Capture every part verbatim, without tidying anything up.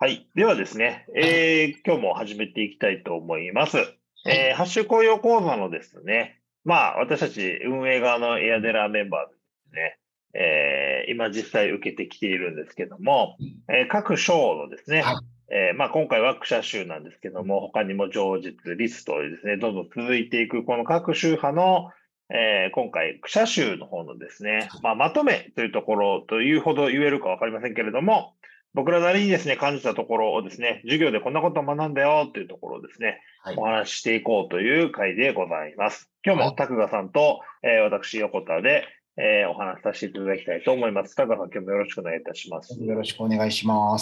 はい。ではですね、えー、今日も始めていきたいと思います。えー、ハッシュ雇用講座のですね、まあ、私たち運営側のエアデラーメンバーでですね、えー、今実際受けてきているんですけども、えー、各章のですね、 はい。 えー、まあ、今回はクシャ州なんですけども、他にも上実、リストですね、どんどん続いていく、この各宗派の、えー、今回、クシャ州の方のですね、まあ、まとめというところというほど言えるかわかりませんけれども、僕らなりにですね、感じたところをですね、授業でこんなことを学んだよっていうところをですね、 はい。 お話ししていこうという回でございます。今日もはい。 拓賀さんと、えー、私、横田で、えー、お話しさせていただきたいと思います。拓賀さん、今日もよろしくお願いいたします。 よろしくお願いします。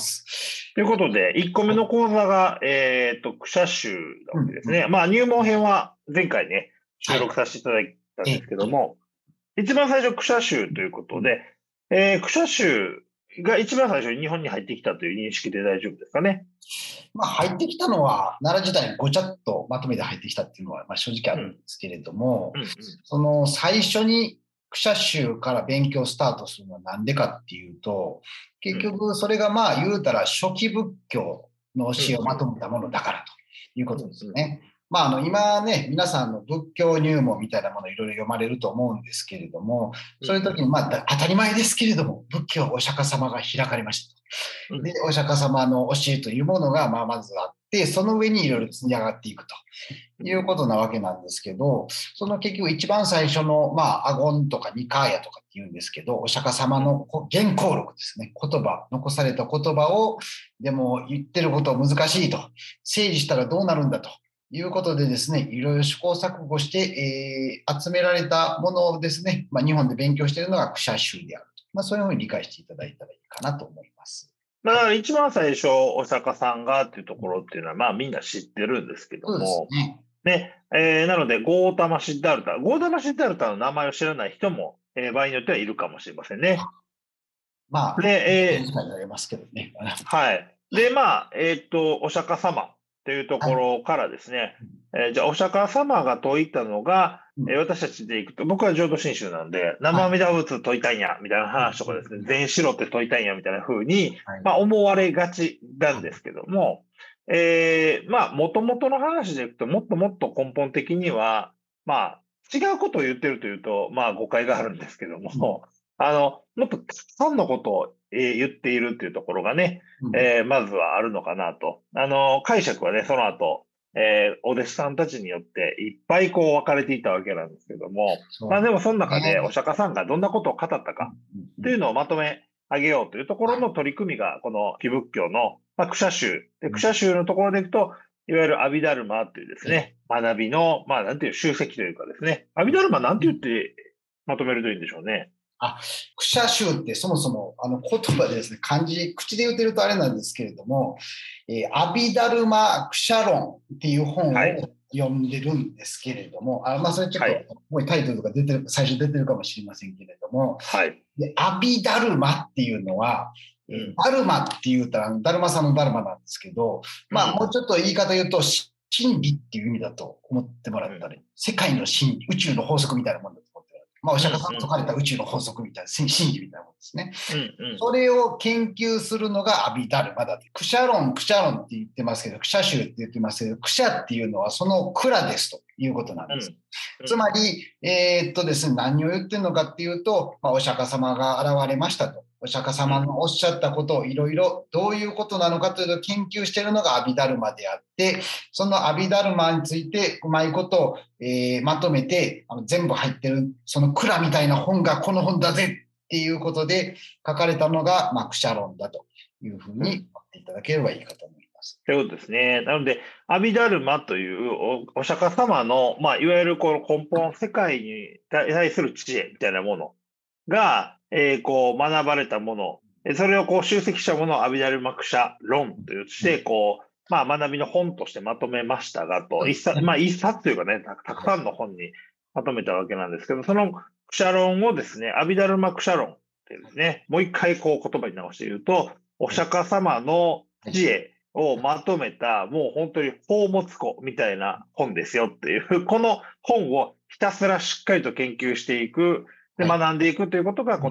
ということで、いっこめはい。 の講座が、えっと、クシャ州なうんうん。 わけですね。まあ、入門編は前回ね、収はい。 録させていただいたんえですけどえ。 も、一番最初、クシャ州というこうん。 とで、えー、クシャ州が一番最初に日本に入ってきたという認識で大丈夫ですかね。 まあ、入ってきたのは、奈良時代にごちゃっとまとめて入ってきたっていうのは、まあ、正直あうん、 るんですけれども、 うん、うん。 その最初にクシャ州から勉強スタートするのはなんでかっていうと、結うん、 局それがまあ言うたら初期仏教のうん、 教えをまとめたものだからというこうん、 とうん、 ですよね。まあ、あの今ね、皆さんの仏教入門みたいなものいろいろ読まれると思うんですけれども、 うん、 そういう時にまあ当たり前ですけれども、仏教お釈迦様が開かれました。 うん、 で、お釈迦様の教えというものが、まあ、まずあって、その上にいろいろ積み上がっていくということなわけなんですけど、その結局一番最初の、まあ、アゴンとかニカーヤとかって言うんですけど、お釈迦様の原稿録ですね、言葉、残された言葉を、でも言ってることは難しいと、整理したらどうなるんだということでですね、いろいろ試行錯誤して、えー、集められたものをですね、まあ、日本で勉強しているのがクシャ宗であると。まあ、そういうふうに理解していただいたらいいかなと思います。 まあ、 はい。 だから一番最初、お釈迦さんがっていうところっていうのは、まあみんな知ってるんですけどそうですも、 ね。 ね、えー、なので、ゴータマ・シッダールタ、ゴータマ・シッダールタの名前を知らない人も、えー、場合によってはいるかもしれませんね。 まあ、 で、えー、 短いになりますけどね。 はい。で、まあ、えーっと、お釈迦様というとはい。 ころからですね、えーじゃあ、お釈迦様が説いたのが、 うん。 えー私たちでいくと、僕は浄土真宗なんで、 はい。 生阿弥陀仏説いたんや、みたいな話とかですね、全白って説いたんや、みたいな風に、 はい。 まあ、思われがちなはい。 んですけども、えー、まあ、元々の話でいくと、もっともっと根本的には、まあ、違うことを言ってるというと、まあ、誤解があるんですけどうん。 も、あの、もっとたくさんのことを、えー言っているっていうところがね、 うん。 えーまずはあるのかなと。あの、解釈はね、その後、えーお弟子さんたちによっていっぱいこう分かれていたわけなんですけども、まあでもそのそうです中でおね。 釈迦さんがどんなことを語ったうん。 かうん。うん。 というのをまとめ上げようというところはい。 の取り組みが、この非仏教の、まあ、クシャ宗。で、 うん。 クシャ宗のところでいくと、いわゆるアビダルマというですええ。 ね、学びの、まあなんていう集積というかですね、アビそうですダルマなんて言っね。 てまとめるといいんでしょうね。 あ、クシャ宗ってそもそもあの言葉でですね、漢字、口で言ってるとあれなんですけれども、えーアビダルマ・クシャロンっていう本をはい。 読んでるんですけれども、あ、まあそれちょっと、 はい。 もうタイトルとか出てる、最初出てるかもしれませんけれども、 はい。 で、アビダルマっていうのは、えーうん。 ダルマって言うたら、ダルマさんのダルマなんですけど、まあ、もううん。 ちょっと言い方言うと、真理っていう意味だと思ってもらうん。 ったら、世界の真理、宇宙の法則みたいなもんだと思ってもらったら、まあ、おうん。 釈迦さんの説かれたうん。 宇宙の法則みたいな、真理みたいなもんですね。 うん。うん。 それを研究するのがアビダルマだと。クシャロン、クシャロンって言ってますけど、クシャ州って言ってますけど、クシャっていうのはその蔵ですということなんです。 うん。うん。 つまり、えーっとですね、何を言ってるのかっていうと、まあ、お釈迦様が現れましたと。お釈迦様うん。 のおっしゃったことをいろいろどういうことなのかというのを研究しているのがアビダルマであって、そのアビダルマについてうまいことを、えーまとめてあの全部入ってる、その蔵みたいな本がこの本だぜっていうことで書かれたのが、まあ、クシャロンだというふうに思っていただければいいかと思います。 ということですね。なので、アビダルマというおお釈迦様の、まあ、いわゆるこの根本、世界に対する知恵みたいなものが、えーこう学ばれたもの、えそれをこう集積したものをアビダルマクシャ論として、こう、まあ、学びの本としてまとめましたが、と、一冊、 そうですね。 まあ、一冊というかね、たたくさんの本にまとめたわけなんですけど、そのクシャ論をですね、アビダルマクシャ論ってですね、もう一回こう言葉に直して言うと、おはい。 釈迦様のはい。 知恵をまとめた、もう本当に宝物庫みたいな本ですよっていう、この本をひたすらしっかりと研究していく、で、 はい。 学んでいくということが、 うん。 この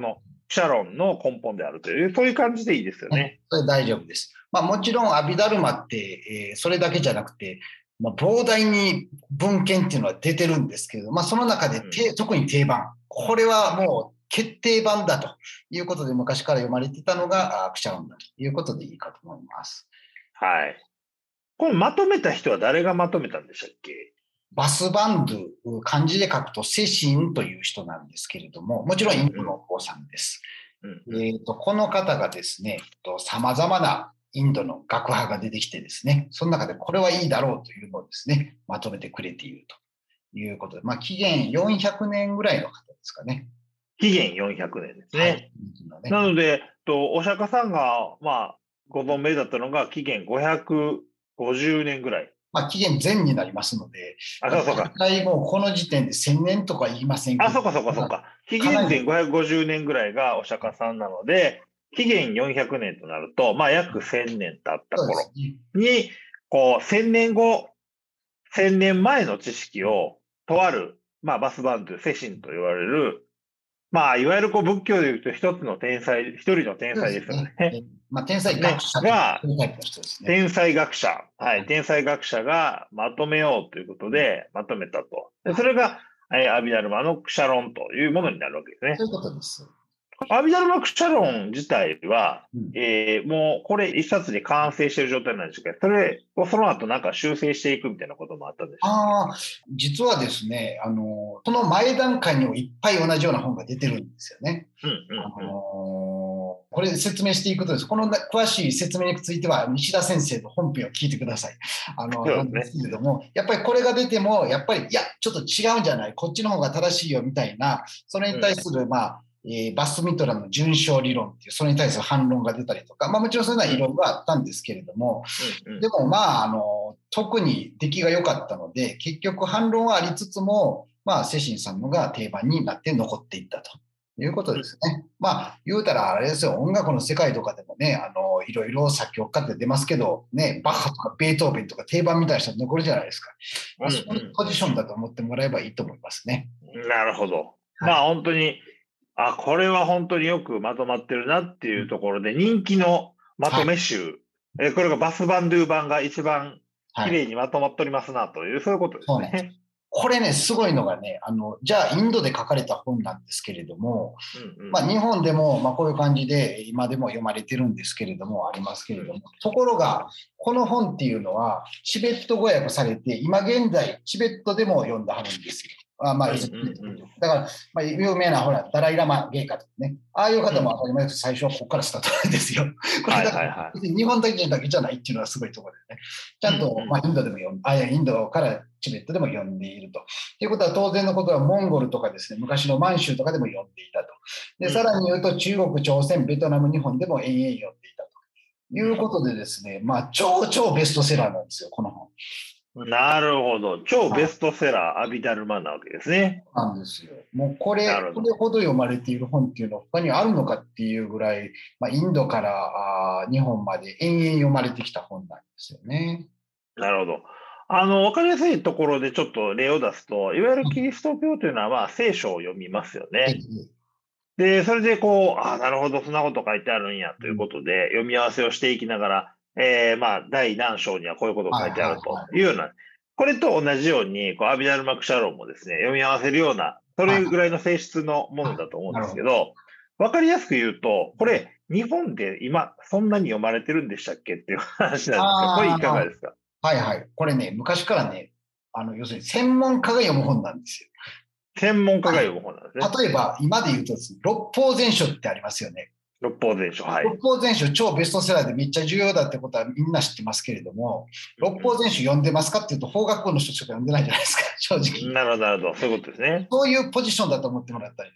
クシャロンの根本であるという、そういう感じでいいですよね。 それ大丈夫です。まあ、もちろん、アビダルマって、えーそれだけじゃなくて、まあ、膨大に文献っていうのは出てるんですけれど、まあ、その中で、てうん特に定番、これはもう決定版だということで、昔から読まれてたのがあクシャロンだということでいいかと思います。 はい。これまとめた人は誰がまとめたんでしたっけ？ バスバンドゥ、漢字で書くとセシンという人なんですけれども、もちろんインドのお坊さんです。 うんうんえーと、この方がですね、さまざまなインドの学派が出てきてですね、その中でこれはいいだろうというのをですね、まとめてくれているということで、まあ、紀元よんひゃくねんぐらいの方ですかね。 紀元よんひゃくねんですね。 はい。ね、 なので、とお釈迦さんが、まあ、ご存命だったのが紀元ごひゃくごじゅうねんぐらい。 まあ、紀元前になりますので、 あ、そうそうか。 大体もうこの時点でせんねんとか言いませんけあ、 ど、 そうかそうかそうか。紀かなり元前ごひゃくごじゅうねんぐらいがお釈迦さんなので、紀元よんひゃくねんとなると、まあ約せんねん経ったそうで頃すね。 に、こう、せんねんご、せんねんまえの知識を、とある、まあバスバンドゥ、セシンと言われる、まあ、いわゆるこう仏教でいうと一つの天才、一人の天才ですよね。 えまあ、天才学ね、 者とが、 いうタイプの人ですね。 天才学者、はい、天才学者がまとめようということで、まとめたと。でそれが、えーアビダルマのクシャロンというものになるわけですね。 そういうことです。 アビダルマクシャロン自体は、 うんえーもうこれ一冊に完成している状態なんですけど、それをその後なんか修正していくみたいなこともあったんでしょうああ、実はですね、あの、その前段階にもいっぱい同じような本が出てるんですよね。 か？うんうんあうん。 のこれ説明していくとです。この詳しい説明については、西田先生の本編を聞いてください。あの、 そうなんでですね。 すけれども、やっぱりこれが出ても、やっぱり、いや、ちょっと違うんじゃない、こっちの方が正しいよみたいな、それに対する、まあ、えーバスミトラの準証理論っていう、それに対する反論が出たりとか、まあもちろんそういうのはいろいろあったんですけれども、 うんうんでもまあ、あの、特に出来が良かったので、結局反論はありつつも、まあ、セシンさんのが定番になって残っていったということですね。まあ、言うたらあれですよ、音楽の世界とかでもね、あの、いろいろ作曲家って出ますけど、ね、バッハとかベートーベンとか定番みたいな人残るじゃないですか。まあ、そういうポジションだと思ってもらえばいいと思いますね。 うん。なるほど。 はい。 まあ本当に、あ、これは本当によくまとまってるなっていうところで、人気のまとはい。 め集、えーこれがバスバンドゥ版が一番はい。 綺麗にまとまっておりますなという、そういうことでそうなんです。 すね。 これね、すごいのがね、あの、じゃあインドで書かれた本なんですけれども、 うんうん。 まあ、日本でも、まあ、こういう感じで今でも読まれてるんですけれども、ありますけれども、ところが、この本っていうのは、チベット語訳されて、今現在、チベットでも読んだはるんですよ。あまあ、 うん要するにうんうん。 だから、まあ、有名な、ほら、ダライ・ラマ芸家とかね、ああいう方もうん当たり前ですけど、最初はここからスタートなんですよ。こはいれだから、 はいは別に日本だけだけじゃないっていうのはすごいところでね。ちゃんと、まあ、インドでも読んあ、いや、インドからチベットでも読んでいると。ということは、当然のことは、モンゴルとかですね、昔の満州とかでも読んでいたと。で、 うんさらに言うと、中国、朝鮮、ベトナム、日本でも延々読んでいたということでですね、まあ、超超ベストセラーなんですよ、この本。 うん。なるほど。超ベストセラー、アビダルマなわけですね。 なんですよ。もうこれ、 なるほど。 これほど読まれている本っていうのは他にあるのかっていうぐらい、まあ、インドからあー日本まで延々読まれてきた本なんですよね。 なるほど。あの、わかりやすいところでちょっと例を出すと、いわゆるキリスト教というのは、まあ、聖書を読みますよえね。で、それでこう、ああ、なるほど、そんなこと書いてあるんやということで、読み合わせをしていきながら、えー、まあ、第何章にはこういうことが書いてあるというような、これと同じように、こうアビダルマクシャロンもですね、読み合わせるような、それぐらいの性質のものだと思うんですけど、わかりやすく言うと、これ、日本で今、そんなに読まれてるんでしたっけっていう話なんですが、これいかがですか？ はいはい。これね、昔からね、あの、要するに専門家が読む本なんですよ。 専門家が読む本なんですね。 例えば、今で言うとですね、六法全書ってありますよね。 六法全書、はい。 六法全書超ベストセラーでめっちゃ重要だってことはみんな知ってますけれども、六法全書読んでますかっていうと法学部の人しか読んでないじゃないですか、正直。 なるほど、なるほど。そういうことですね。 そういうポジションだと思ってもらったらいいです。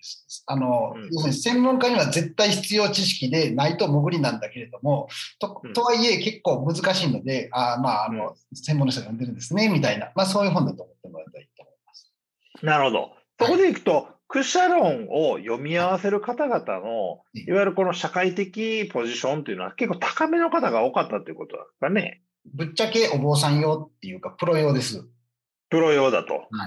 あの、 うん要するに専門家には絶対必要知識でないと潜りなんだけれども、とうんとはいえ結構難しいので、あまあ、あの、専門の人が読んでるんですね、みたいな、まあそういう本だと思ってもらったらいいと思います。 なるほど。そこはい。 でいくと、クシャロンを読み合わせる方々の、いわゆるこの社会的ポジションというのは結構高めの方が多かったということなんですかね。 ぶっちゃけお坊さん用っていうか、プロ用です。 プロ用だと。 はい。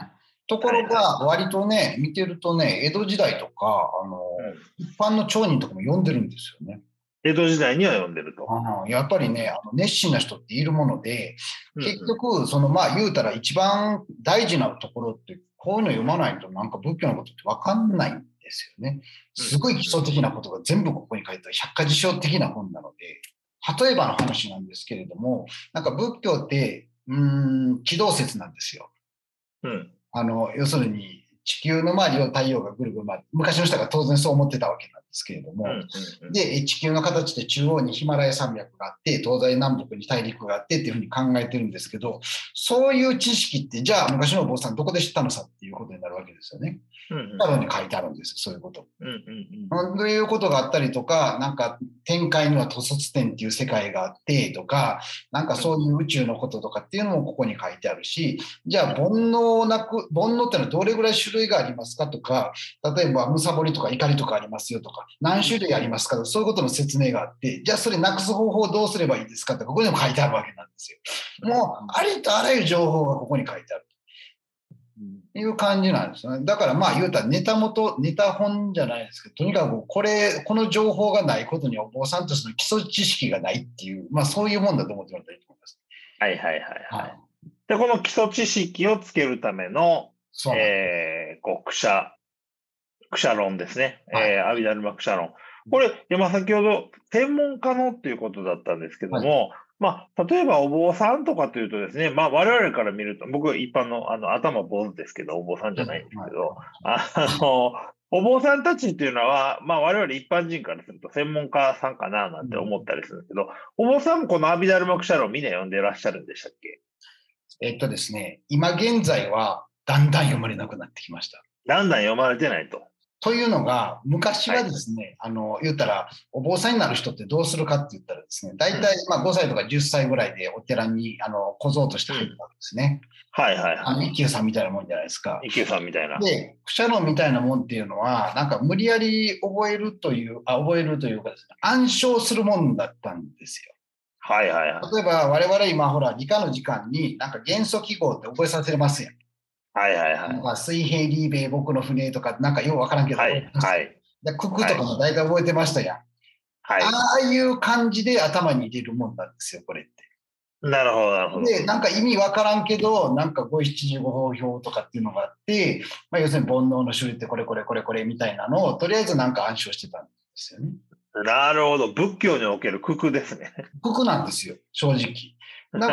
ところが、割とね、見てるとね、江戸時代とか、あの、 うん、 一般の町人とかも読んでるんですよね。 江戸時代には読んでると。 あやっぱりね、あの熱心な人っているもので、結局、そのまあ言うたら一番大事なところって、こういうの読まないとなんか仏教のことって分かんないんですよね。すごい基礎的なことが全部ここに書いてある百科事象的な本なので、例えばの話なんですけれども、なんか仏教って、うーん、軌道説なんですよ。 うん、 あの、要するに地球の周りを太陽がぐるぐる回って、昔の人が当然そう思ってたわけなんですけれども、 うんうんうん、 で、地球の形で中央にヒマラヤ山脈があって、東西南北に大陸があってっていうふうに考えてるんですけど、そういう知識って、じゃあ昔のお坊さんどこで知ったのさっていうことになるわけですよね。多分に書いてあるんですよ、そういうこと。うんうんうん、ということがあったりとか、なんか天界にはトソツ天っていう世界があってとか、なんかそういう宇宙のこととかっていうのもここに書いてあるし、じゃあ煩悩なく、煩悩ってのはどれぐらい種類がありますかとか、例えばむさぼりとか怒りとかありますよとか、何種類ありますかとか、そういうことの説明があって、じゃあそれなくす方法をどうすればいいですかってここにも書いてあるわけなんですよ。もうありとあらゆる情報がここに書いてある。いう感じなんですよね。だからまあ言うたらネタ元、ネタ本じゃないですけど、とにかくこれ、この情報がないことにはお坊さんとしての基礎知識がないっていう、まあそういうもんだと思ってもらったらいいと思います。 はいはいはいはい。はい、で、この基礎知識をつけるための、えー、こう、クシャ、クシャ論ですね。はい、えー、阿弥陀ルマクシャ論。これ、今先ほど専門家のっていうことだったんですけども、はい、まあ、例えばお坊さんとかというとですね、まあ、我々から見ると、僕一般の、あの、頭坊主ですけど、お坊さんじゃないんですけど、あの、お坊さんたちっていうのは、まあ、我々一般人からすると専門家さんかななんて思ったりするんですけど、お坊さんもこの阿弥陀ルマクシャ論みんな読んでらっしゃるんでしたっけ？ えっとですね、今現在はだんだん読まれなくなってきました。 だんだん読まれてないと。 というのが、昔はですね、はい、あの、言ったら、お坊さんになる人ってどうするかって言ったらですね、大体、まあごさいとかじゅっさいぐらいでお寺に、あの、小僧として入ったんですね。 うん、はいはいはい。 あの、一休さんみたいなもんじゃないですか。 一休さんみたいな。 で、クシャ論みたいなもんっていうのは、なんか無理やり覚えるという、あ、覚えるというかですね、暗唱するもんだったんですよ。 はいはいはい。 例えば、我々今、ほら、理科の時間に、なんか元素記号って覚えさせれますやん。 はいはいはい。 なんか水平リーベイ僕の船とか、なんかようわからんけど、 はい、はい。 でククとかも大体覚えてましたやん。はい、ああいう感じで頭に入れるもんなんですよ、これって。 なるほど、なるほど。 で、なんか意味わからんけど、なんかごひゃくななじゅうご法表とかっていうのがあって、まあ、要するに煩悩の種類ってこれこれこれこれみたいなのを、とりあえずなんか暗唱してたんですよね。 なるほど。仏教における九九ですね。 九九なんですよ、正直。だから、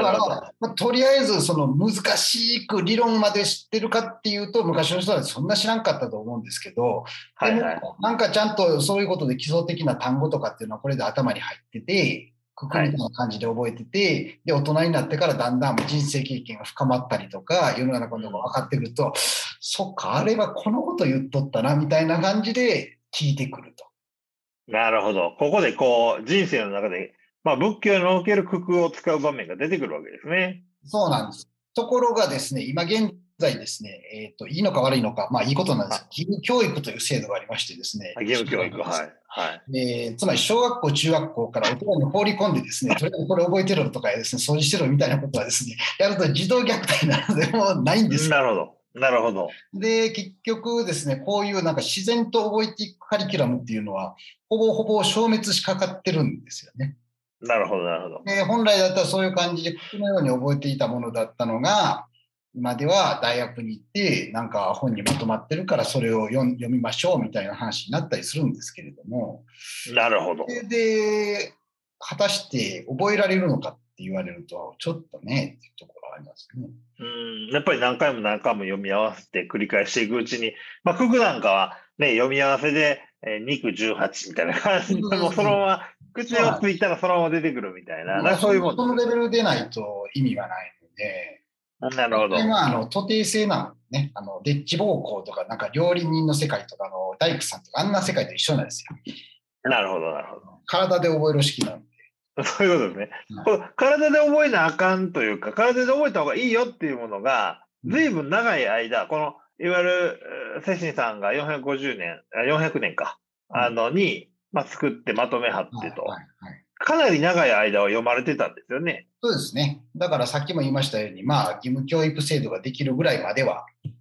まあ、とりあえずその難しく理論まで知ってるかっていうと、昔の人はそんな知らんかったと思うんですけど、はいはい、でもなんかちゃんとそういうことで基礎的な単語とかっていうのはこれで頭に入ってて、九九みたいな感じで覚えてて、はい、で、大人になってからだんだん人生経験が深まったりとか、世の中のことが分かってくると、うん、そっか、あれはこのこと言っとったな、みたいな感じで聞いてくると。 なるほど。ここでこう、人生の中で、まあ、仏教における九九を使う場面が出てくるわけですね。 そうなんです。ところがですね、今現在ですね、えっと、いいのか悪いのか、まあいいことなんですけど、義務教育という制度がありましてですね。 義務教育、はい。はい。 えー、つまり小学校、中学校から大人に放り込んでですね、とりあえずこれ覚えてろとかですね、掃除してろみたいなことはですね、やると児童虐待なのでもうないんです。 なるほど。なるほど。 で、結局ですね、こういうなんか自然と覚えていくカリキュラムっていうのは、ほぼほぼ消滅しかかってるんですよね。 なるほど、なるほど。 で、本来だったらそういう感じで、このように覚えていたものだったのが、今では大学に行って、なんか本にまとまってるからそれを読みましょうみたいな話になったりするんですけれども。 なるほど。 で、果たして覚えられるのかって言われると、ちょっとね、っていうところがありますね。 うん、やっぱり何回も何回も読み合わせて繰り返していくうちに、まあ、九九なんかはね、読み合わせで、えー、にくじゅうはちみたいな感じで、もうそのまま、口をついたらそのまま出てくるみたいな、なそういうもん。 そのレベルでないと意味はないので、 なるほど。 まあ、あの、徒弟制なのね、あの、デッチ暴行とか、なんか料理人の世界とかの大工さんとか、あんな世界と一緒なんですよ。 なるほど、なるほど。 体で覚える式なので。 そういうことですね。うん、体で覚えなあかんというか、体で覚えた方がいいよっていうものが、ずいぶん長い間、この、いわゆる、世親さんがよんひゃくごじゅうねん、よんひゃくねんか、あの、に、まあ、作ってまとめはってと、はいはいはい、かなり長い間は読まれてたんですよね。 そうですね。だからさっきも言いましたように、まあ、義務教育制度ができるぐらいまでは、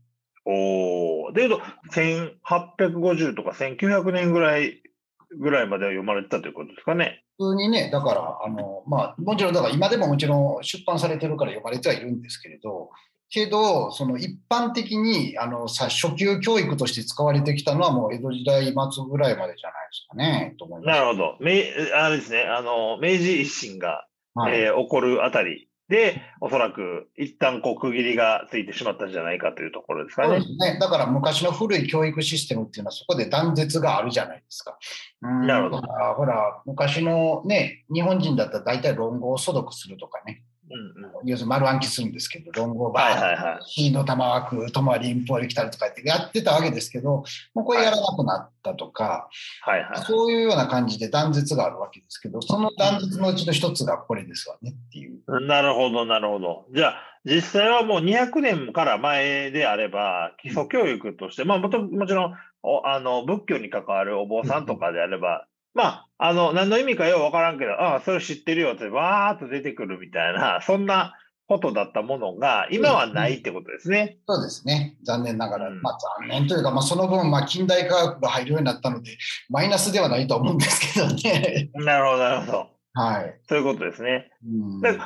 おー。でいうと、せんはっぴゃくごじゅうとかせんきゅうひゃくねんぐらい、ぐらいまでは読まれてたということですかね。 普通にね、だから、あの、まあ、もちろん、だから今でももちろん出版されてるから読まれてはいるんですけれど、けど、その一般的に、あの、さ、初級教育として使われてきたのはもう江戸時代末ぐらいまでじゃないですかね、と思います。 なるほど。明、あれですね、あの、明治維新が、 はい。 えー起こるあたりで、おそらく一旦こう区切りがついてしまったんじゃないかというところですかね。 そうですね。だから昔の古い教育システムっていうのはそこで断絶があるじゃないですか。うん、 なるほど。 だからほら、昔のね、日本人だったら大体論語を素読するとかね、 うんうん。 要するに丸暗記するんですけど、論語をはいバーッと、 はいはい。 火の玉湧く、友は林法に来たりとかってやってたわけですけど、もうこれやらはい。 なくなったとか、 はいはいはそういうような感じで断絶があるわけですけど、そのい。う断絶のうちの一つがこれですわねっていう。 んうん。なるほどなるほど。じゃあ、実際はもうにひゃくねんから前であれば、基礎教育として、まあもと、もちろん、おあの、仏教に関わるお坊さんとかであれば、まあ、あの、何の意味かようわからんけど、ああ、それ知ってるよってわーっと出てくるみたいな、そんなことだったものが、今はないってことですね。 そうですね。残念ながら。まうん。 あ残念というか、まあその分、まあ近代科学が入るようになったので、マイナスではないと思うんですけどね。 なるほど、なるほど。 はい。 そういうことですね。 うん。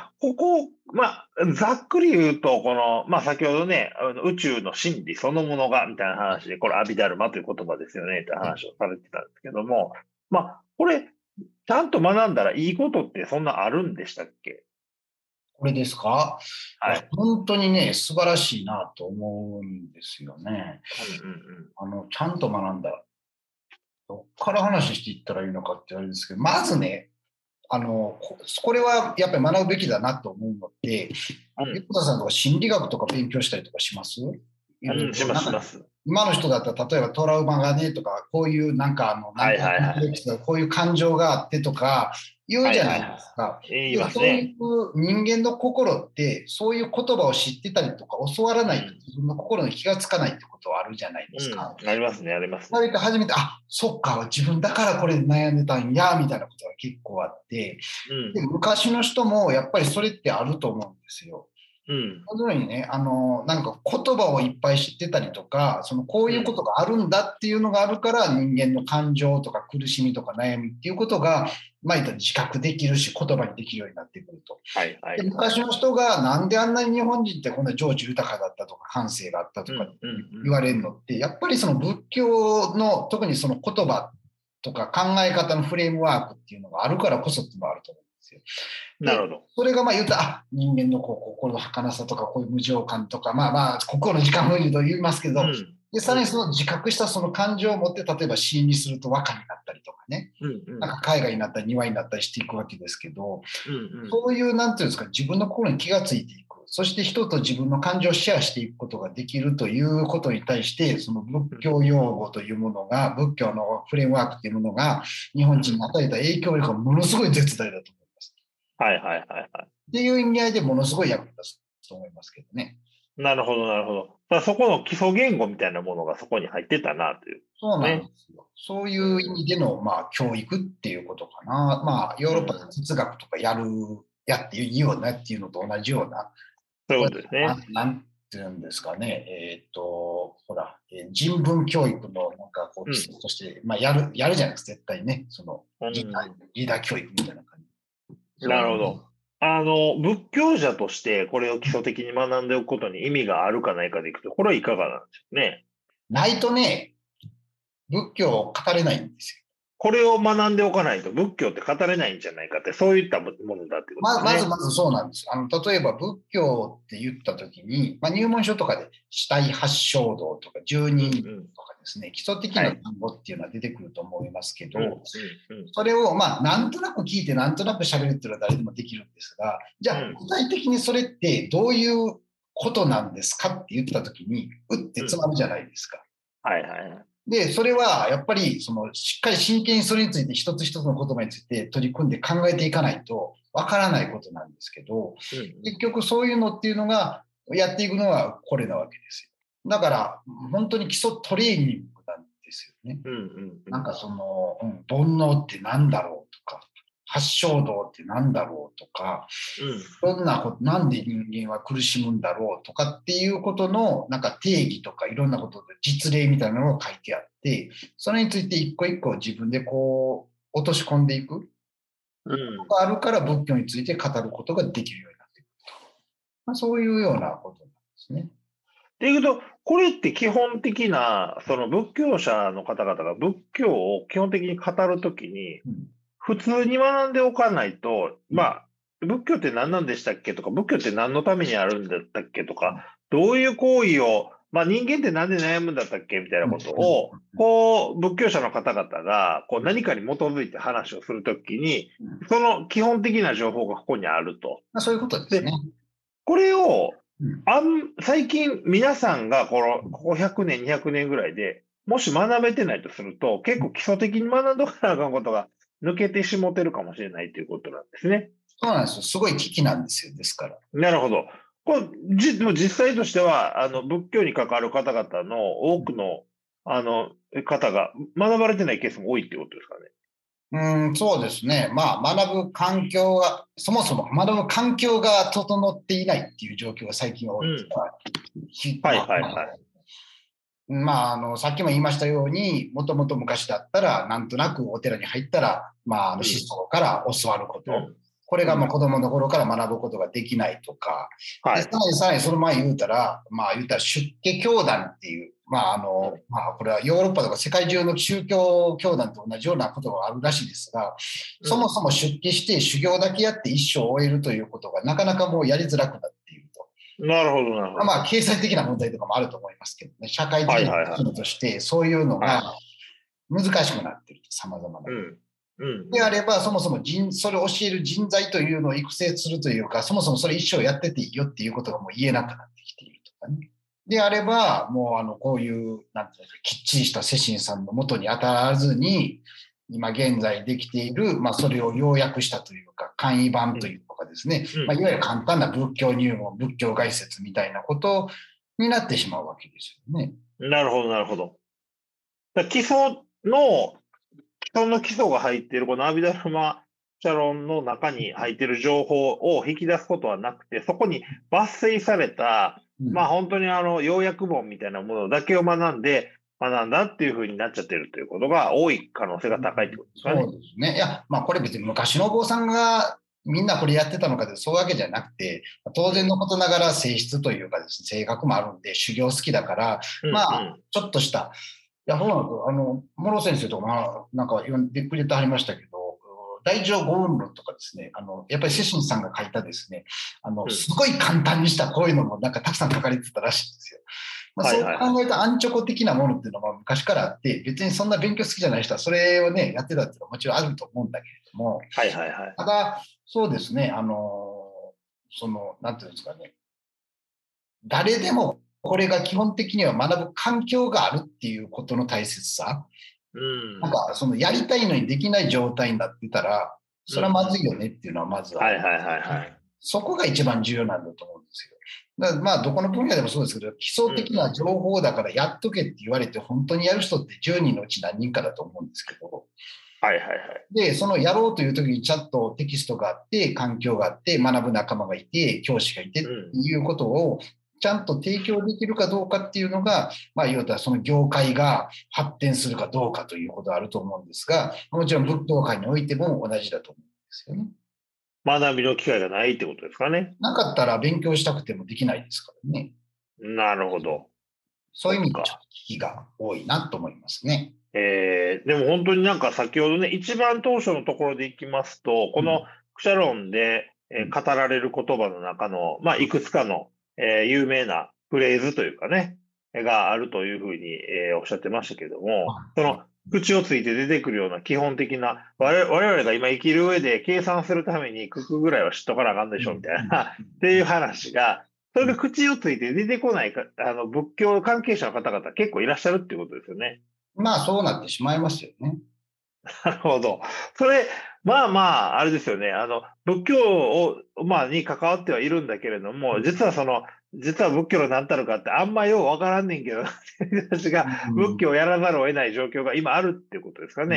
で、ここ、まあ、ざっくり言うと、この、まあ、先ほどね、あの宇宙の真理そのものが、みたいな話で、これ、アビダルマという言葉ですよね、って話をされてたんですけども、まあ、これ、ちゃんと学んだらいいことってそんなあるんでしたっけ？ これですか？いや、 はい。 本当にね、素晴らしいなと思うんですよね。 うんうんうん。 あの、ちゃんと学んだ。どっから話していったらいいのかってあれですけど、まずね、あの、ここれはやっぱり学ぶべきだなと思うのって、 うん横田さんとか心理学とか勉強したりとかします？いろいうん、しろ。なんか、 ますします。 今の人だったら、例えばトラウマがねとか、こういうなんかあの、なんはいとなくはいはい。 コンプレックスとか、こういう感情があってとか、言うはいじゃないではいはすか。 い。言いで、 ますね。 そういう人間の心って、そういう言葉を知ってたりとか、教わらないとうん。 自分の心に気がつかないってことはあるじゃないですか。 うん。ありますね、ありますね。 割と初めて、あ、そっか、自分だからこれで悩んでたんや、みたいなことが結構あって、で、 うん。 昔の人もやっぱりそれってあると思うんですよ。 うん。 このようにね、あの、なんか言葉をいっぱい知ってたりとか、そのこういうことうん。 があるんだっていうのがあるから、人間の感情とか苦しみとか悩みっていうことが、まあ言ったら自覚できるし、言葉にできるようになってくると。 はいはで、 いはい。 昔の人がなんであんなに日本人ってこんな情緒豊かだったとか感性があったとかうんうん言われるのって、やっぱりその仏教の特にその言葉とか考え方のフレームワークっていうのがあるからこそっていうのがあると思うんですよ。 うん。なるほで、 ど。 それがまあ言ったら、あ、人間のこう心の儚さとか、こういう無常感とか、まあまあ、心の時間風流と言いますけど、 うん。 で、さらにその自覚したその感情を持って、例えば詩にすると和歌になったりとかね、 うんうん。 なんか絵画になったり庭になったりしていくわけですけど、 うんうん。 そういう、なんていうんですか、自分の心に気がついていく。そして人と自分の感情をシェアしていくことができるということに対して、その仏教用語というものが、仏教のフレームワークというものが、日本人にうん。 与えた影響力がものすごい絶大だと思います。 はいはいはいはい。 っていう意味合いでものすごい役に立つと思いますけどね。 なるほどなるほど。だからそこの基礎言語みたいなものがそこに入ってたなというそうなんでね。 すよ。そういう意うん。 味での、まあ、教育っていうことかな。まあ、ヨーロッパでうん。 哲学とかやる、やっていいよねっていうのと同じような、 そういうこれことですね。 なんなんていうんですかね。えっ、と、ほら、えー人文教育のなんかこううん。 基礎として、まあ、やる、やるじゃないですか、絶対ね。そのうリーダー、 ん。 リーダー教育みたいな感じ。そういう、 なるほど。あの、仏教者としてこれを基礎的に学んでおくことに意味があるかないかでいくと、これはいかがなんでしょうね。 ないとね、仏教を語れないんですよ。 これを学んでおかないと仏教って語れないんじゃないかって、そういったものだってことでますね。 まずまずそうなんですよ。あの例えば仏教って言ったときに、まあ、入門書とかで死体八正道とか十うんう人ん。 とかですね、基礎的はい。 な単語っていうのは出てくると思いますけうんど、 うんうん。 それをまあなんとなく聞いてなんとなく喋るっていうのは誰でもできるんですが、じゃあうん。 具体的にそれってどういうことなんですかって言ったときに、うってうん。 つまるじゃないですか。 はいはいはい。 で、それはやっぱりそのしっかり真剣にそれについて一つ一つの言葉について取り組んで考えていかないとわからないことなんですけど、 うんうん。 結局そういうのっていうのがやっていくのはこれなわけですよ。だから本当に基礎トレーニングなんですよね。 うんうんうん。 なんかその、うん、煩悩って何だろうとか、 八正道って何だろうとか、 うん。 どんなこと、なんで人間は苦しむんだろうとかっていうことの、なんか定義とかいろんなことで実例みたいなのが書いてあって、それについて一個一個自分でこう、落とし込んでいくうん。 ことがあるから仏教について語ることができるようになっていくと。まあ、そういうようなことなんですね。 っていうと、これって基本的な、その仏教者の方々が仏教を基本的に語るときに、 うん普通に学んでおかないと、 うんまあ、仏教って何なんでしたっけとか、仏教って何のためにあるんだったっけとか、どういう行為を、まあ人間ってなんで悩むんだったっけみたいなことを、こう、仏教者の方々が、こう何かに基づいて話をするときに、その基本的な情報がここにあると。 まあ、そういうことですね。 これを、 うんあん、最近皆さんがこの、ここひゃくねん、にひゃくねんぐらいで、もし学べてないとすると、結構基礎的に学んどかなあかんことが抜けてしもてるかもしれないということなんですね。 そうなんですよ。すごい危機なんですよ。ですから。 なるほど。これ、じ、でも実際としては、あの、仏教に関わる方々の多くの、あの、方が学ばれてないケースも多いっていうことですかね。 うん、そうですね。まあ、学ぶ環境が、そもそも学ぶ環境が整っていないっていう状況が最近は多いですうん。 から。ひはいまあ、 はいはい。 まあ、あの、さっきも言いましたように、もともと昔だったら、なんとなくお寺に入ったら、まあ、あの、 うん。 思想から教わること。 うん。 これうん。 がもう子供の頃から学ぶことができないとか。で、さはい。 らにさらにその前言うたら、まあ言うたら出家教団っていう、まああの、 うん。 まあこれはヨーロッパとか世界中の宗教教団と同じようなことがあるらしいですが、 うん。 そもそも出家して修行だけやって一生を終えるということがなかなかもうやりづらくなっていると。 なるほど、なるほど。 まあ経済的な問題とかもあると思いますけどね、社会的なはいはいはい。 こととしてそういうのはい。 が難しくなっていると、様々な。 うん。うん。 であうん。 れば、そもそも人、それを教える人材というのを育成するというか、そもそもそれ一生やってていいよっていうことがもう言えなくなってきているとかね。であれば、もうあの、こういう、なんていうか、きっちりした世親さんのもとに当たらずに、今現在できている、まあそれを要約したというか、簡易版というのかですね、 うん。 まあいわゆる簡単な仏教入門、仏教概説みたいなことになってしまうわけですよね。 なるほど、なるほど。だ基礎の、基礎の基礎が入っている、このアビダルマシャロンの中に入っている情報を引き出すことはなくて、そこに抜粋された、 うんまあ本当にあの、要約本みたいなものだけを学んで、学んだっていうふうになっちゃってるということが多い可能性が高いってことですかね。 そうですね。いや、まあこれ別に昔のお坊さんがみんなこれやってたのかでそういうわけじゃなくて、当然のことながら性質というかですね、性格もあるんで、修行好きだから、 うん、 まあ、 うん、 ちょっとした、いや、そうなんですよ。あの、諸先生とか、まあ、なんか言ってくれてはりましたけど、大乗五運論とかですね、あの、やっぱり世親さんが書いたですね、あの、 うん。 すごい簡単にしたこういうのもなんかたくさん書かれてたらしいんですよ。まあ、 はいそうはいはい。 考えると、アンチョコ的なものっていうのは昔からあって、別にそんな勉強好きじゃない人はそれをね、やってたっていうのはもちろんあると思うんだけれども、 はいはいはい。 ただ、そうですね、あの、その、なんていうんですかね、誰でもこれが基本的には学ぶ環境があるっていうことの大切さ、 うん、 なんかそのやりたいのにできない状態になってたら、それはうん。 まずいよねっていうのはまずある。 はいはいはいはい。 そこが一番重要なんだと思うんですよ。だからまあ、どこの分野でもそうですけど、基礎うん、 的な情報だからやっとけって言われて、本当にやる人ってじゅうにんのうち何人かだと思うんですけど、 はいはいはい。 で、そのやろうという時にちゃんとテキストがあって、環境があって、学ぶ仲間がいて、教師がいてってうん。 いうことをちゃんと提供できるかどうかっていうのが、まあ、いわゆるその業界が発展するかどうかということがあると思うんですが、もちろん仏教界においても同じだと思うんですよね。 学びの機会がないってことですかね。 なかったら勉強したくてもできないですからね。 なるほど。 そういう意味でちょっそっか。 と危機が多いなと思いますね。 えー、でも本当になんか先ほどね、一番当初のところでいきますと、このうんクシャロンで、えーうん語られる言葉の中の、まあ、いくつかの、えー有名なフレーズというかね、えーがあるというふうに、えーおっしゃってましたけども、その口をついて出てくるような基本的な、我々我々が今生きる上で計算するために九九ぐらいは知っとかなあかんでしょみたいな、っていう話が、それが口をついて出てこないか、あの、仏教関係者の方々結構いらっしゃるっていうことですよね。 まあそうなってしまいますよね。 なるほど。それ、まあまあ、あれですよね。あの、仏教を、まあ、に関わってはいるんだけれども、実はその、実は仏教の何たるかってあんまようわからんねんけど、私がうん仏教をやらざるを得ない状況が今あるっていうことですかね。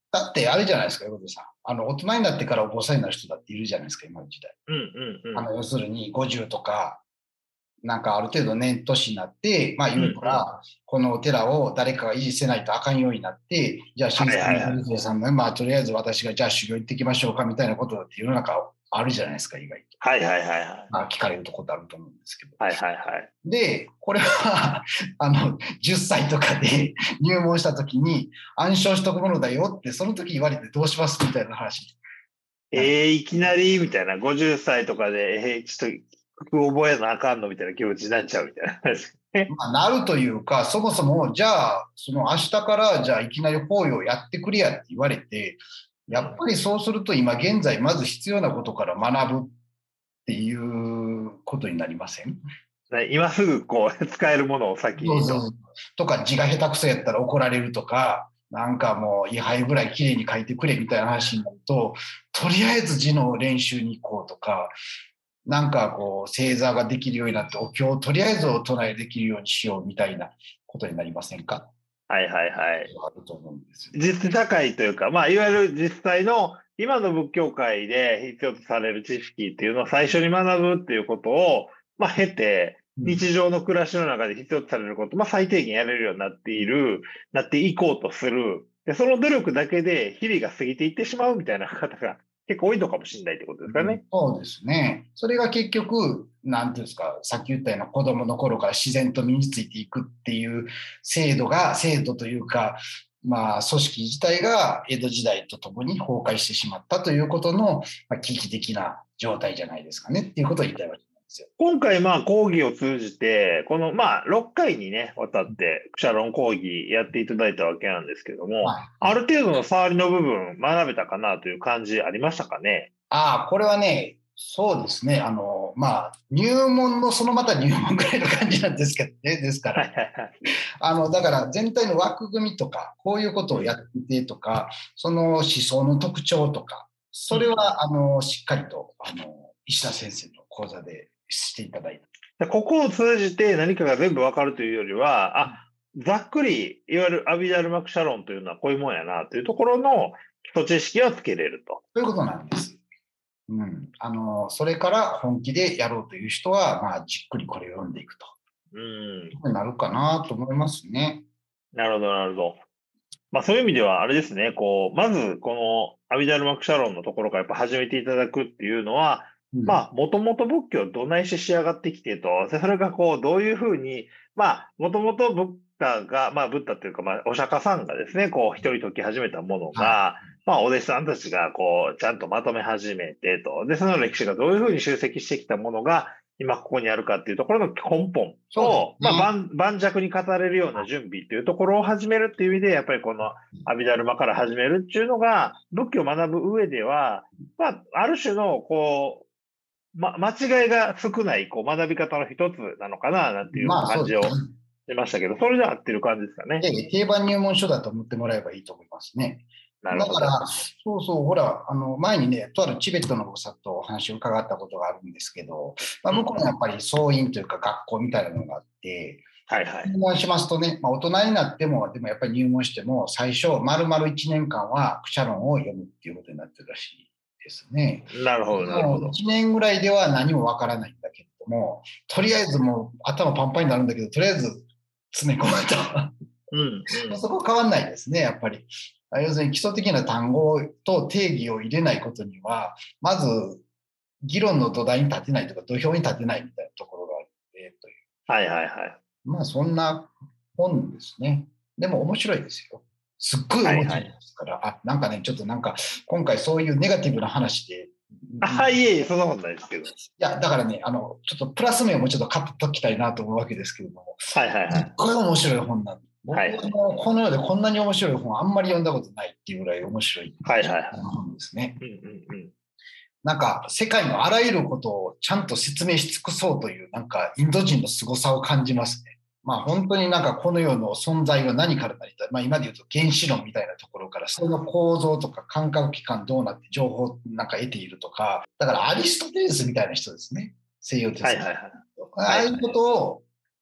だってあれじゃないですか、横手さん。あの、大人になってからお坊さんになる人だっているじゃないですか、今の時代。 うんうんうん。 あの、要するにごじゅうとか、なんかある程度年年になって、まあ言うたうんうん。 ら、このお寺を誰かが維持せないとあかんようになって、じゃあ親はい戚はいはい。 の先生さんも、まあとりあえず私がじゃあ修行行ってきましょうかみたいなことだって世の中あるじゃないですか、意外と。 はいはいはいはい。 まあ聞かれるところあると思うんですけど。 はいはいはい。 で、これはあの、じゅっさいとかで入門した時に暗唱しとくものだよって、その時言われてどうしますみたいな話。 えー、いきなりみたいな、ごじゅっさいとかで、えー、ちょっと曲覚えなあかんのみたいな気持ちになっちゃうみたいな話。 まあ、なるというか、そもそも、じゃあ、その明日から、じゃあ、いきなり法要やってくれやって言われて、やっぱりそうすると、今現在、まず必要なことから学ぶっていうことになりません？ 今すぐこう使えるものを先にと。 そうそうそう。とか、字が下手くそやったら怒られるとか、なんかもう、位牌ぐらい綺麗に書いてくれみたいな話になると、とりあえず字の練習に行こうとか、なんかこう、正座ができるようになって、お経をとりあえずお唱えできるようにしようみたいなことになりませんか？ はいはいはい。 あると思うんですよ。 実高いというか、まあ、いわゆる実際の今の仏教界で必要とされる知識っていうのを最初に学ぶっていうことを、まあ、経て、 うん、 日常の暮らしの中で必要とされること、まあ、最低限やれるようになっている、なっていこうとする。で、その努力だけで日々が過ぎていってしまうみたいな方が結構多いのかもしれないってことですかうん、 ね。 そうですね。それが結局、なんていうんですか、さっき言ったような子供の頃から自然と身についていくっていう制度が、制度というか、まあ、組織自体が江戸時代とともに崩壊してしまったということの、まあ、危機的な状態じゃないですかねっていうことを言いたいわけなんですよ。 今回、まあ、講義を通じて、この、まあ、ろっかいにね、わたって、クシャロン講義やっていただいたわけなんですけども、 はい。 ある程度の触りの部分、学べたかなという感じありましたかね。 ああ、これはね、そうですね。あの、まあ、入門のそのまた入門ぐらいの感じなんですけどね。ですから。 はいはいはい。 あの、だから全体の枠組みとか、こういうことをやっうん。 てとか、その思想の特徴とか、それうんうん。 は、あの、しっかりと、あの、石田先生の講座でしていただいた。 でここを通じて何かが全部わかるというよりは、あ、ざっくり、いわゆるアビダルマクシャロンというのはこういうもんやなというところの基礎知識はつけれると。 ということなんです。うん。あの、それから本気でやろうという人は、まあ、じっくりこれを読んでいくうん。 と。なるかなと思いますね。 なるほど、なるほど。まあそういう意味では、あれですね、こう、まず、このアビダルマクシャロンのところからやっぱ始めていただくっていうのは、 うん。 まあ、もともと仏教どないして仕上がってきてと、それがこう、どういうふうに、まあ、もともとブッダが、まあ、ブッダというか、まあ、お釈迦さんがですね、こう、一人説き始めたものはい。 が、まあ、お弟子さんたちが、こう、ちゃんとまとめ始めてと、で、その歴史がどういうふうに集積してきたものが、今ここにあるかっていうところの根本そうですを、まあ、 ね。 盤盤石に語れるような準備っていうところを始めるっていう意味で、やっぱりこの阿弥陀ルマから始めるっていうのが、仏教を学ぶ上では、まあ、ある種の、こう、ま、間違いが少ない、こう、学び方の一つなのかな、なんていうまあ、そうです感じをしましたけど、それで合ってる感じですかね。 ね。定番入門書だと思ってもらえばいいと思いますね。 なるほど。 だから、そうそう、ほら、あの、前にね、とあるチベットの菩薩とお話を伺ったことがあるんですけど、まあ、 うんうん。 向こうにやっぱり僧院というか学校みたいなのがあって、 はいはい。 入門しますとね、まあ、大人になっても、でもやっぱり入門しても、最初、丸々いちねんかんは、クシャロンを読むっていうことになってるらしいですね。 なるほど、なるほもうど。 いちねんぐらいでは何もわからないんだけれども、とりあえずもう頭パンパンになるんだけど、とりあえず詰め込むと。 うんうん。 そこ変わんないですね、やっぱり。要するに基礎的な単語と定義を入れないことには、まず議論の土台に立てないとか土俵に立てないみたいなところがあってという。 はいはいはい。 まあそんな本ですね。でも面白いですよ。すっごい面白いではいはい。 すから。あ、なんかね、ちょっとなんか今回そういうネガティブな話で、 あ、いえいえ、そんなことないですけど。 いや、だからね、あの、ちょっとプラス面をもうちょっと語っときたいなと思うわけですけれども、 はいはいはい。 すっごい面白い本なんで、僕ははいはい。 もうこの世でこんなに面白い本あんまり読んだことないっていうぐらい面白いはいはいは本ですね。 い。うんうんうん。 なんか世界のあらゆることをちゃんと説明し尽くそうという、なんかインド人の凄さを感じますね。まあ本当になんかこの世の存在は何から成り立つ、まあ今で言うと原子論みたいなところから、その構造とか感覚器官どうなって情報なんか得ているとか、だからアリストテレスみたいな人ですね。西洋哲学。 はいはいはい。 ああいうこはいはい。 とを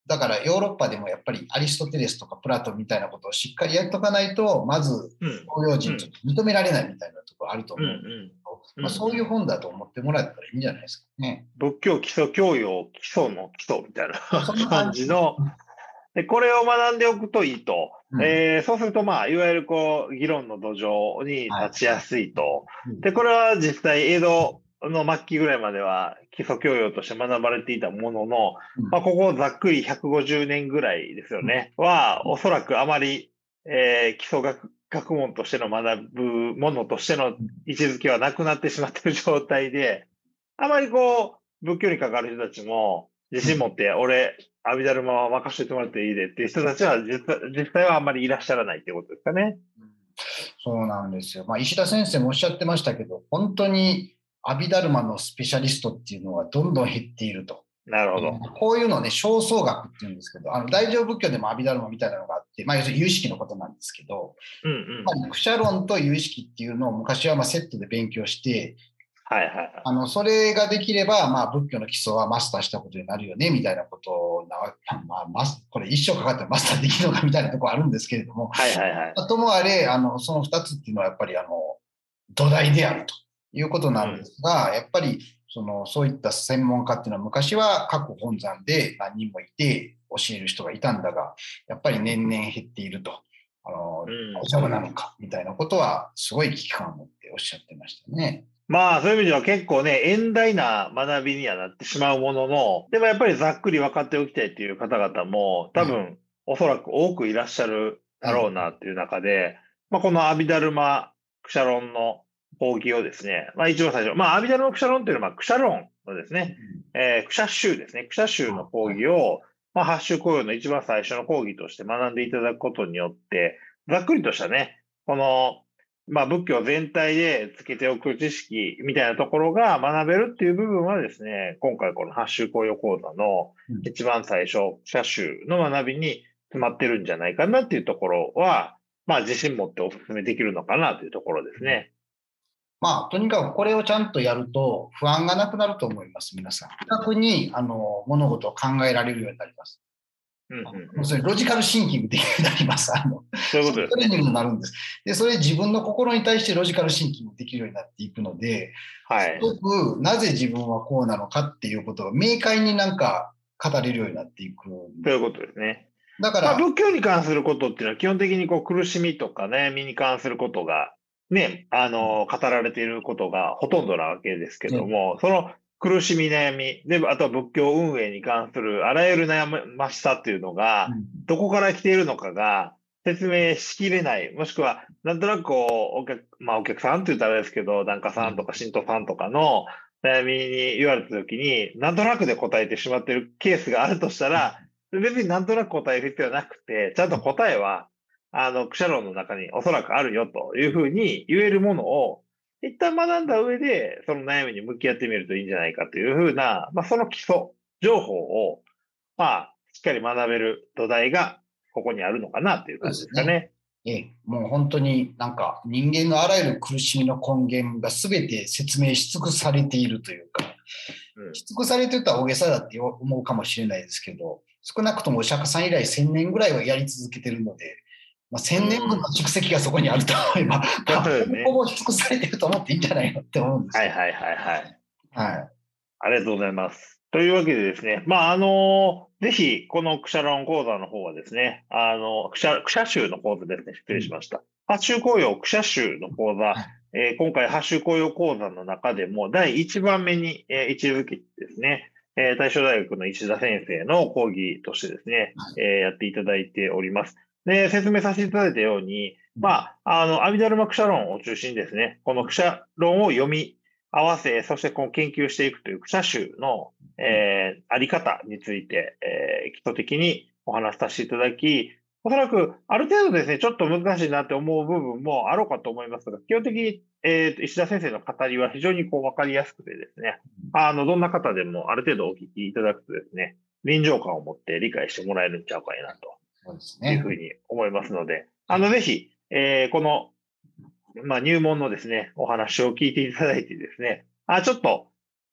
だからヨーロッパでもやっぱりアリストテレスとかプラトンみたいなことをしっかりやっとかないと、まずうん東洋人と認められないみたいなところあるとうん思うんですうんけど、 うんまあ、そういう本だと思ってもらえたらいいんじゃないですかね。 仏教基礎教養、基礎の基礎みたいなそんな感感じ。 じの、で、これを学んでおくといいと。 うん。 えーそうすると、まあ、いわゆるこう、議論の土壌にはい。 立ちやすいと。 うんで、これは実際、江戸の末期ぐらいまでは基礎教養として学ばれていたものの、 うんまあ、ここざっくりひゃくごじゅうねんぐらいですよね。は、おそらくあまり、えー基礎学、学問としての学ぶものとしての位置づけはなくなってしまっている状態で、あまりこう、仏教に関わる人たちも、自信持って、俺、阿弥陀ルマは任せておいてもらっていいでっていう人たちは実際、実際はあんまりいらっしゃらないっていうことですかね。 そうなんですよ。まあ、石田先生もおっしゃってましたけど、本当に阿弥陀ルマのスペシャリストっていうのはどんどん減っていると。 なるほど。 こういうのをね、正宗学っていうんですけど、あの大乗仏教でも阿弥陀ルマみたいなのがあって、まあ、要するに有識のことなんですけど、 うんうん。 まあ、クシャ論と有識っていうのを昔はまあセットで勉強して、 はいはいはい。 あのそれができれば、まあ、仏教の基礎はマスターしたことになるよねみたいなことな、まあ、マスこれ一生かかってマスターできるのかみたいなところあるんですけれども、 はいはいはい。 ともあれ、あのそのふたつっていうのはやっぱりあの土台であるということなんですが、うん、やっぱりそのそういった専門家っていうのは昔は各本山で何人もいて教える人がいたんだが、やっぱり年々減っていると。あの、うん、大丈夫なのかみたいなことはすごい危機感を持っておっしゃってましたね。 まあ、そういう意味では結構ね、遠大な学びにはなってしまうものの、でもやっぱりざっくり分かっておきたいっていう方々も多分、うん、おそらく多くいらっしゃるだろうなっていう中で、うん、まあ、この阿弥陀ルマクシャロンの講義をですね、まあ一番最初、まあ阿弥陀ルマクシャロンっていうのは、まあクシャロンのですね、うん、えー、クシャ宗ですね、クシャ宗の講義を、まあ八宗講義の一番最初の講義として学んでいただくことによって、ざっくりとしたね、このまあ仏教全体でつけておく知識みたいなところが学べるっていう部分はですね、今回この八宗講義講座の一番最初、クシャ宗の学びに詰まってるんじゃないかなっていうところは、まあ自信持ってお勧めできるのかなというところですね。 まあ、とにかくこれをちゃんとやると不安がなくなると思います、皆さん。逆にあの物事を考えられるようになります。うんうんうん、それロジカルシンキングできるようになります。あのそういうことですね。 トレーニングになるんです。で、それ自分の心に対してロジカルシンキングできるようになっていくので、 はい、 すごくなぜ自分はこうなのかっていうことを明快になんか語れるようになっていく。 そういうことですね。 だから、 まあ、仏教に関することっていうのは基本的にこう苦しみとか悩みに関することがね、あの、語られていることがほとんどなわけですけども、うん、その苦しみ悩み、で、あとは仏教運営に関するあらゆる悩ましさっていうのが、どこから来ているのかが説明しきれない。もしくは、なんとなくこう、お客、まあお客さんって言ったらあれですけど、檀家さんとか信徒さんとかの悩みに言われたときに、なんとなくで答えてしまっているケースがあるとしたら、別になんとなく答える必要はなくて、ちゃんと答えは、あの、クシャ論の中におそらくあるよというふうに言えるものを、一旦学んだ上で、その悩みに向き合ってみるといいんじゃないかというふうな、まあ、その基礎情報を、まあ、しっかり学べる土台が、ここにあるのかなという感じですかね。 ええ、もう本当になんか人間のあらゆる苦しみの根源が全て説明し尽くされているというか、うん、し尽くされていたら大げさだって思うかもしれないですけど、少なくともお釈迦さん以来せんねんぐらいはやり続けているので、まあ、せんねんぶんの蓄積がそこにあると思えば、うんまあ、ほぼ尽くされていると思っていいんじゃないのって思うんですはいはいはいはい。 はい。 ありがとうございます。というわけでですね、まあ、あのー、ぜひ、このクシャロン講座の方はですね、あの、クシャ、クシャ宗の講座ですね、失礼しました。八宗講養クシャ宗の講座、えー、今回八宗講養講座の中でもだいいちばんめに、えー、位置づけてですね、えー、大正大学の石田先生の講義としてですね、えー、やっていただいております。で、説明させていただいたように、まあ、あの、阿弥陀ルマクシャ論を中心にですね、このクシャ論を読み合わせ、そしてこの研究していくというクシャ宗の、えー、あり方について、えー、基礎的にお話しさせていただき、おそらくある程度ですね、ちょっと難しいなって思う部分もあろうかと思いますが、基本的に、えー、石田先生の語りは非常にこう分かりやすくてですね、あの、どんな方でもある程度お聞きいただくとですね、臨場感を持って理解してもらえるんちゃうかいなと。そうですね。いうふうに思いますので、あの、ぜひ、えー、この、まあ、入門のですね、お話を聞いていただいてですね、あ、ちょっと、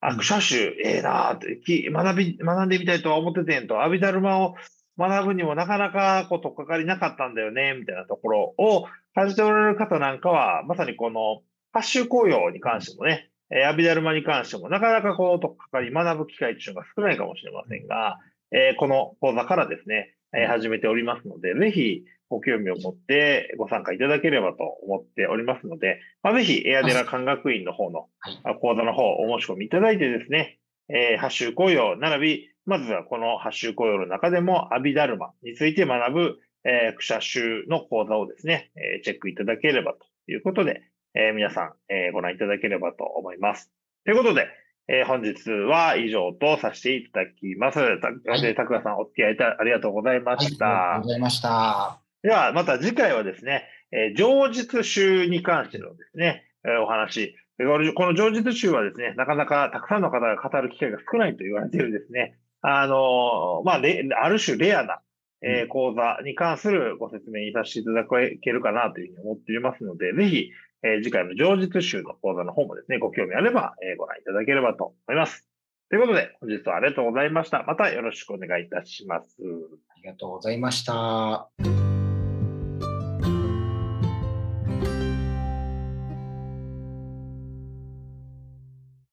あ、クシャシュ、ええなーってき学び、学んでみたいとは思っててんと、阿弥陀ルマを学ぶにもなかなかこう、取っかかりなかったんだよね、みたいなところを感じておられる方なんかは、まさにこの、八宗紅葉に関してもね、えー、阿弥陀ルマに関しても、なかなかこう、取っかかり、学ぶ機会っていうのが少ないかもしれませんが、えーこの講座からですね、えー始めておりますので、ぜひご興味を持ってご参加いただければと思っておりますので、まあ、ぜひエアデラ漢学院の方のはい。 あ講座の方お申し込みいただいてですね、えー、八宗紅葉並び、まずはこの八宗紅葉の中でも阿弥陀ルマについて学ぶ、えー、クシャ宗の講座をですね、えーチェックいただければということで、えー皆さん、えーご覧いただければと思います。ということで、えー本日は以上とさせていただきます。たはいで、拓也さんお付き合いいたありがとうございまはい、あしりがとうた。 ございました。はでは、また次回はですね、えー上述集に関してのですね、えーお話。このこの上述集はですね、なかなかたくさんの方が語る機会が少ないと言われているですね、あのーまあ、レある種レアな、えー講座に関するご説明にさせていただけるかなというふうに思っていますので、ぜひ、えー次回の上述集の講座の方もですね、ご興味あれば、えーご覧いただければと思います。ということで、本日はありがとうございました。またよろしくお願いいたします。 ありがとうございました。